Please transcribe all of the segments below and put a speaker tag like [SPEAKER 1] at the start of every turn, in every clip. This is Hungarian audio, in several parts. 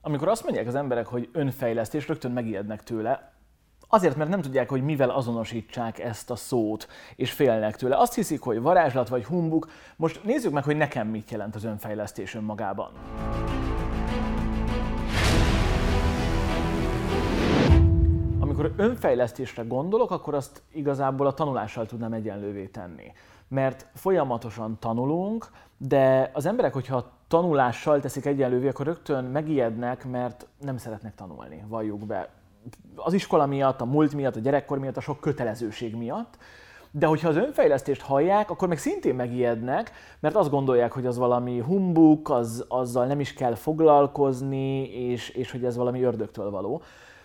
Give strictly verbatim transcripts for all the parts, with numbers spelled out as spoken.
[SPEAKER 1] Amikor azt mondják az emberek, hogy önfejlesztés, rögtön megijednek tőle, azért, mert nem tudják, hogy mivel azonosítsák ezt a szót, és félnek tőle. Azt hiszik, hogy varázslat vagy humbuk. Most nézzük meg, hogy nekem mit jelent az önfejlesztés önmagában. Amikor önfejlesztésre gondolok, akkor azt igazából a tanulással tudnám egyenlővé tenni. Mert folyamatosan tanulunk, de az emberek, hogyha a tanulással teszik egyenlővé, akkor rögtön megijednek, mert nem szeretnek tanulni, valljuk be. Az iskola miatt, a múlt miatt, a gyerekkor miatt, a sok kötelezőség miatt. De hogyha az önfejlesztést hallják, akkor meg szintén megijednek, mert azt gondolják, hogy az valami humbuk, az, azzal nem is kell foglalkozni, és, és hogy ez valami ördögtől való.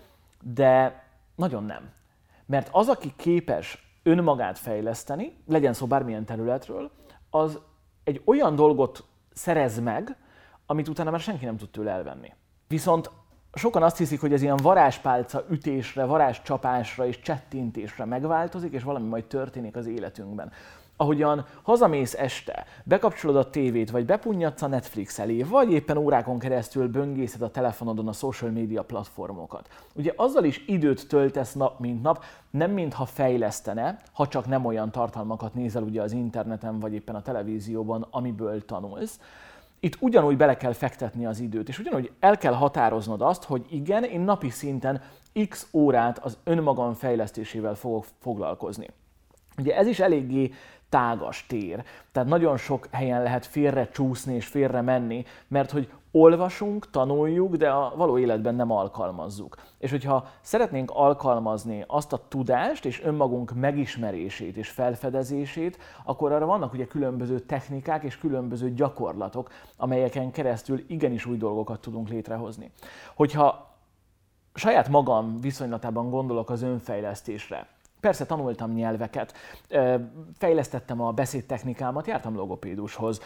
[SPEAKER 1] De nagyon nem. Mert az, aki képes önmagát fejleszteni, legyen szó bármilyen területről, az egy olyan dolgot szerez meg, amit utána már senki nem tud tőle elvenni. Viszont sokan azt hiszik, hogy ez ilyen varázspálca ütésre, varázscsapásra és csettintésre megváltozik, és valami majd történik az életünkben. Ahogyan hazamész este, bekapcsolod a tévét, vagy bepunnyadsz a Netflix elé, vagy éppen órákon keresztül böngészed a telefonodon a social media platformokat. Ugye azzal is időt töltesz nap mint nap, nem mintha fejlesztene, ha csak nem olyan tartalmakat nézel ugye az interneten, vagy éppen a televízióban, amiből tanulsz. Itt ugyanúgy bele kell fektetni az időt, és ugyanúgy el kell határoznod azt, hogy igen, én napi szinten x órát az önmagam fejlesztésével fogok foglalkozni. Ugye ez is eléggé tágas tér, tehát nagyon sok helyen lehet félre csúszni és félre menni, mert hogy olvasunk, tanuljuk, de a való életben nem alkalmazzuk. És hogyha szeretnénk alkalmazni azt a tudást és önmagunk megismerését és felfedezését, akkor arra vannak ugye különböző technikák és különböző gyakorlatok, amelyeken keresztül igenis új dolgokat tudunk létrehozni. Hogyha saját magam viszonylatában gondolok az önfejlesztésre, persze tanultam nyelveket, fejlesztettem a beszédtechnikámat, jártam logopédushoz,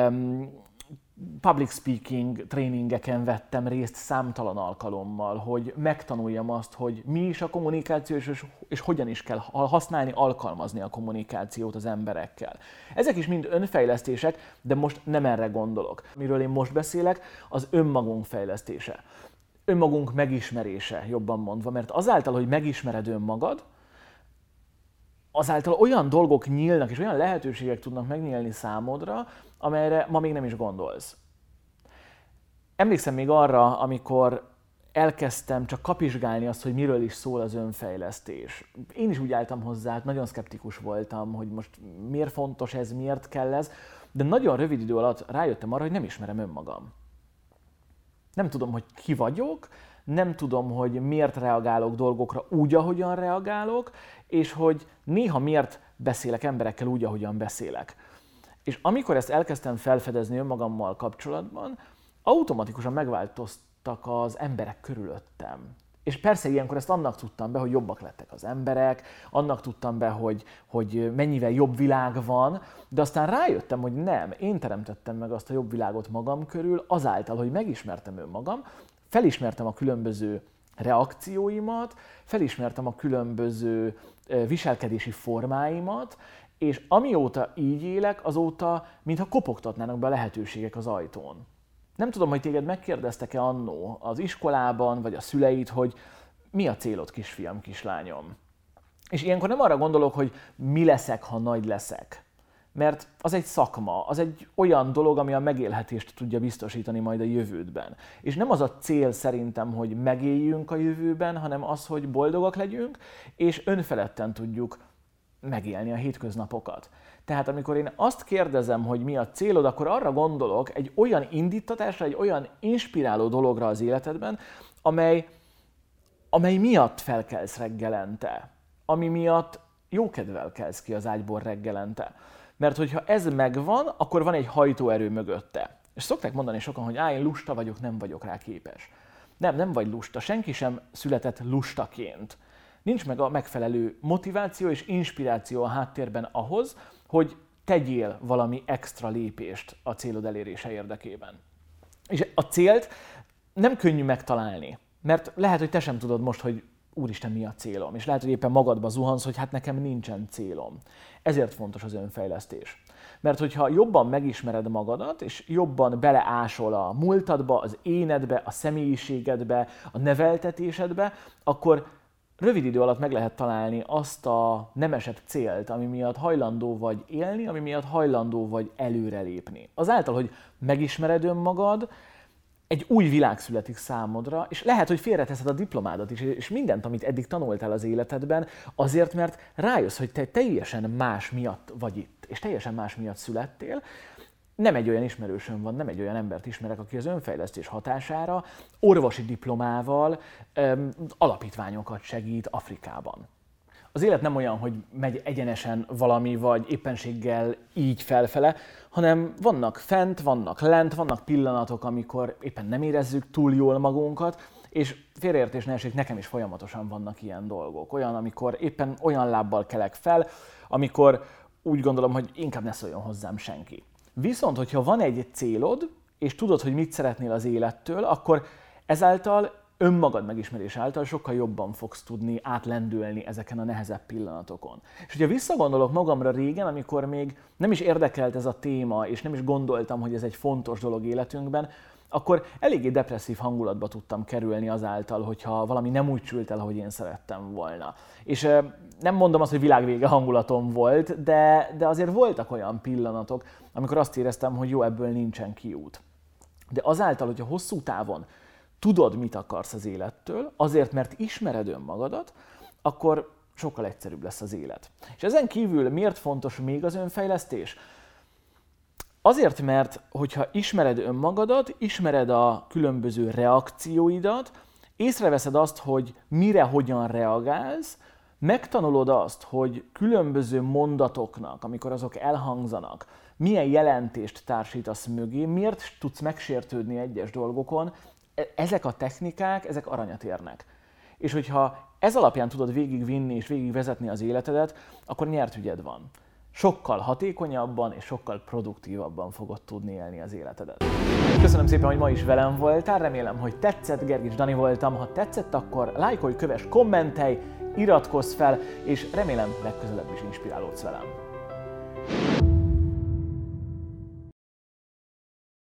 [SPEAKER 1] public speaking tréningeken vettem részt számtalan alkalommal, hogy megtanuljam azt, hogy mi is a kommunikáció, és, és hogyan is kell használni, alkalmazni a kommunikációt az emberekkel. Ezek is mind önfejlesztések, de most nem erre gondolok. Miről én most beszélek, az önmagunk fejlesztése. Önmagunk megismerése, jobban mondva, mert azáltal, hogy megismered önmagad, azáltal olyan dolgok nyílnak, és olyan lehetőségek tudnak megnyílni számodra, amelyre ma még nem is gondolsz. Emlékszem még arra, amikor elkezdtem csak kapizsgálni azt, hogy miről is szól az önfejlesztés. Én is úgy álltam hozzá, nagyon szkeptikus voltam, hogy most miért fontos ez, miért kell ez, de nagyon rövid idő alatt rájöttem arra, hogy nem ismerem önmagam. Nem tudom, hogy ki vagyok, nem tudom, hogy miért reagálok dolgokra úgy, ahogyan reagálok, és hogy néha miért beszélek emberekkel úgy, ahogyan beszélek. És amikor ezt elkezdtem felfedezni önmagammal kapcsolatban, automatikusan megváltoztak az emberek körülöttem. És persze ilyenkor ezt annak tudtam be, hogy jobbak lettek az emberek, annak tudtam be, hogy, hogy mennyivel jobb világ van, de aztán rájöttem, hogy nem, én teremtettem meg azt a jobb világot magam körül, azáltal, hogy megismertem önmagam, felismertem a különböző reakcióimat, felismertem a különböző viselkedési formáimat, és amióta így élek, azóta mintha kopogtatnának be a lehetőségek az ajtón. Nem tudom, hogy téged megkérdeztek-e annó az iskolában, vagy a szüleid, hogy mi a célod, kisfiam, kislányom. És ilyenkor nem arra gondolok, hogy mi leszek, ha nagy leszek. Mert az egy szakma, az egy olyan dolog, ami a megélhetést tudja biztosítani majd a jövődben. És nem az a cél szerintem, hogy megéljünk a jövőben, hanem az, hogy boldogak legyünk, és önfeledten tudjuk megélni a hétköznapokat. Tehát amikor én azt kérdezem, hogy mi a célod, akkor arra gondolok egy olyan indítatásra, egy olyan inspiráló dologra az életedben, amely, amely miatt felkelsz reggelente, ami miatt jókedvel kelsz ki az ágyból reggelente. Mert hogyha ez megvan, akkor van egy hajtóerő mögötte. És szokták mondani sokan, hogy á, én lusta vagyok, nem vagyok rá képes. Nem, nem vagy lusta. Senki sem született lustaként. Nincs meg a megfelelő motiváció és inspiráció a háttérben ahhoz, hogy tegyél valami extra lépést a célod elérése érdekében. És a célt nem könnyű megtalálni. Mert lehet, hogy te sem tudod most, hogy úristen, mi a célom? És lehet, hogy éppen magadba zuhansz, hogy hát nekem nincsen célom. Ezért fontos az önfejlesztés. Mert hogyha jobban megismered magadat, és jobban beleásol a múltadba, az énedbe, a személyiségedbe, a neveltetésedbe, akkor rövid idő alatt meg lehet találni azt a nemesebb célt, ami miatt hajlandó vagy élni, ami miatt hajlandó vagy előrelépni. Azáltal, hogy megismered önmagad, egy új világ születik számodra, és lehet, hogy félreteszed a diplomádat is, és mindent, amit eddig tanultál az életedben, azért, mert rájössz, hogy te teljesen más miatt vagy itt, és teljesen más miatt születtél. Nem egy olyan ismerősöm van, nem egy olyan embert ismerek, aki az önfejlesztés hatására orvosi diplomával öm, alapítványokat segít Afrikában. Az élet nem olyan, hogy megy egyenesen valami, vagy éppenséggel így felfele, hanem vannak fent, vannak lent, vannak pillanatok, amikor éppen nem érezzük túl jól magunkat, és félreértés ne esik, nekem is folyamatosan vannak ilyen dolgok. Olyan, amikor éppen olyan lábbal kelek fel, amikor úgy gondolom, hogy inkább ne szóljon hozzám senki. Viszont, hogyha van egy célod, és tudod, hogy mit szeretnél az élettől, akkor ezáltal önmagad megismerés által sokkal jobban fogsz tudni átlendülni ezeken a nehezebb pillanatokon. És hogyha visszagondolok magamra régen, amikor még nem is érdekelt ez a téma, és nem is gondoltam, hogy ez egy fontos dolog életünkben, akkor eléggé depresszív hangulatba tudtam kerülni azáltal, hogyha valami nem úgy sült el, ahogy én szerettem volna. És nem mondom azt, hogy világvége hangulatom volt, de, de azért voltak olyan pillanatok, amikor azt éreztem, hogy jó, ebből nincsen kiút. De azáltal, hogyha hosszú távon tudod, mit akarsz az élettől, azért, mert ismered önmagadat, akkor sokkal egyszerűbb lesz az élet. És ezen kívül miért fontos még az önfejlesztés? Azért, mert hogyha ismered önmagadat, ismered a különböző reakcióidat, észreveszed azt, hogy mire, hogyan reagálsz, megtanulod azt, hogy különböző mondatoknak, amikor azok elhangzanak, milyen jelentést társítasz mögé, miért tudsz megsértődni egyes dolgokon, ezek a technikák, ezek aranyat érnek. És hogyha ez alapján tudod végigvinni és végigvezetni az életedet, akkor nyert ügyed van. Sokkal hatékonyabban és sokkal produktívabban fogod tudni élni az életedet. Köszönöm szépen, hogy ma is velem voltál, remélem, hogy tetszett, Gergics Dani voltam. Ha tetszett, akkor lájkolj, kövess, kommentelj, iratkozz fel, és remélem legközelebb is inspirálódsz velem.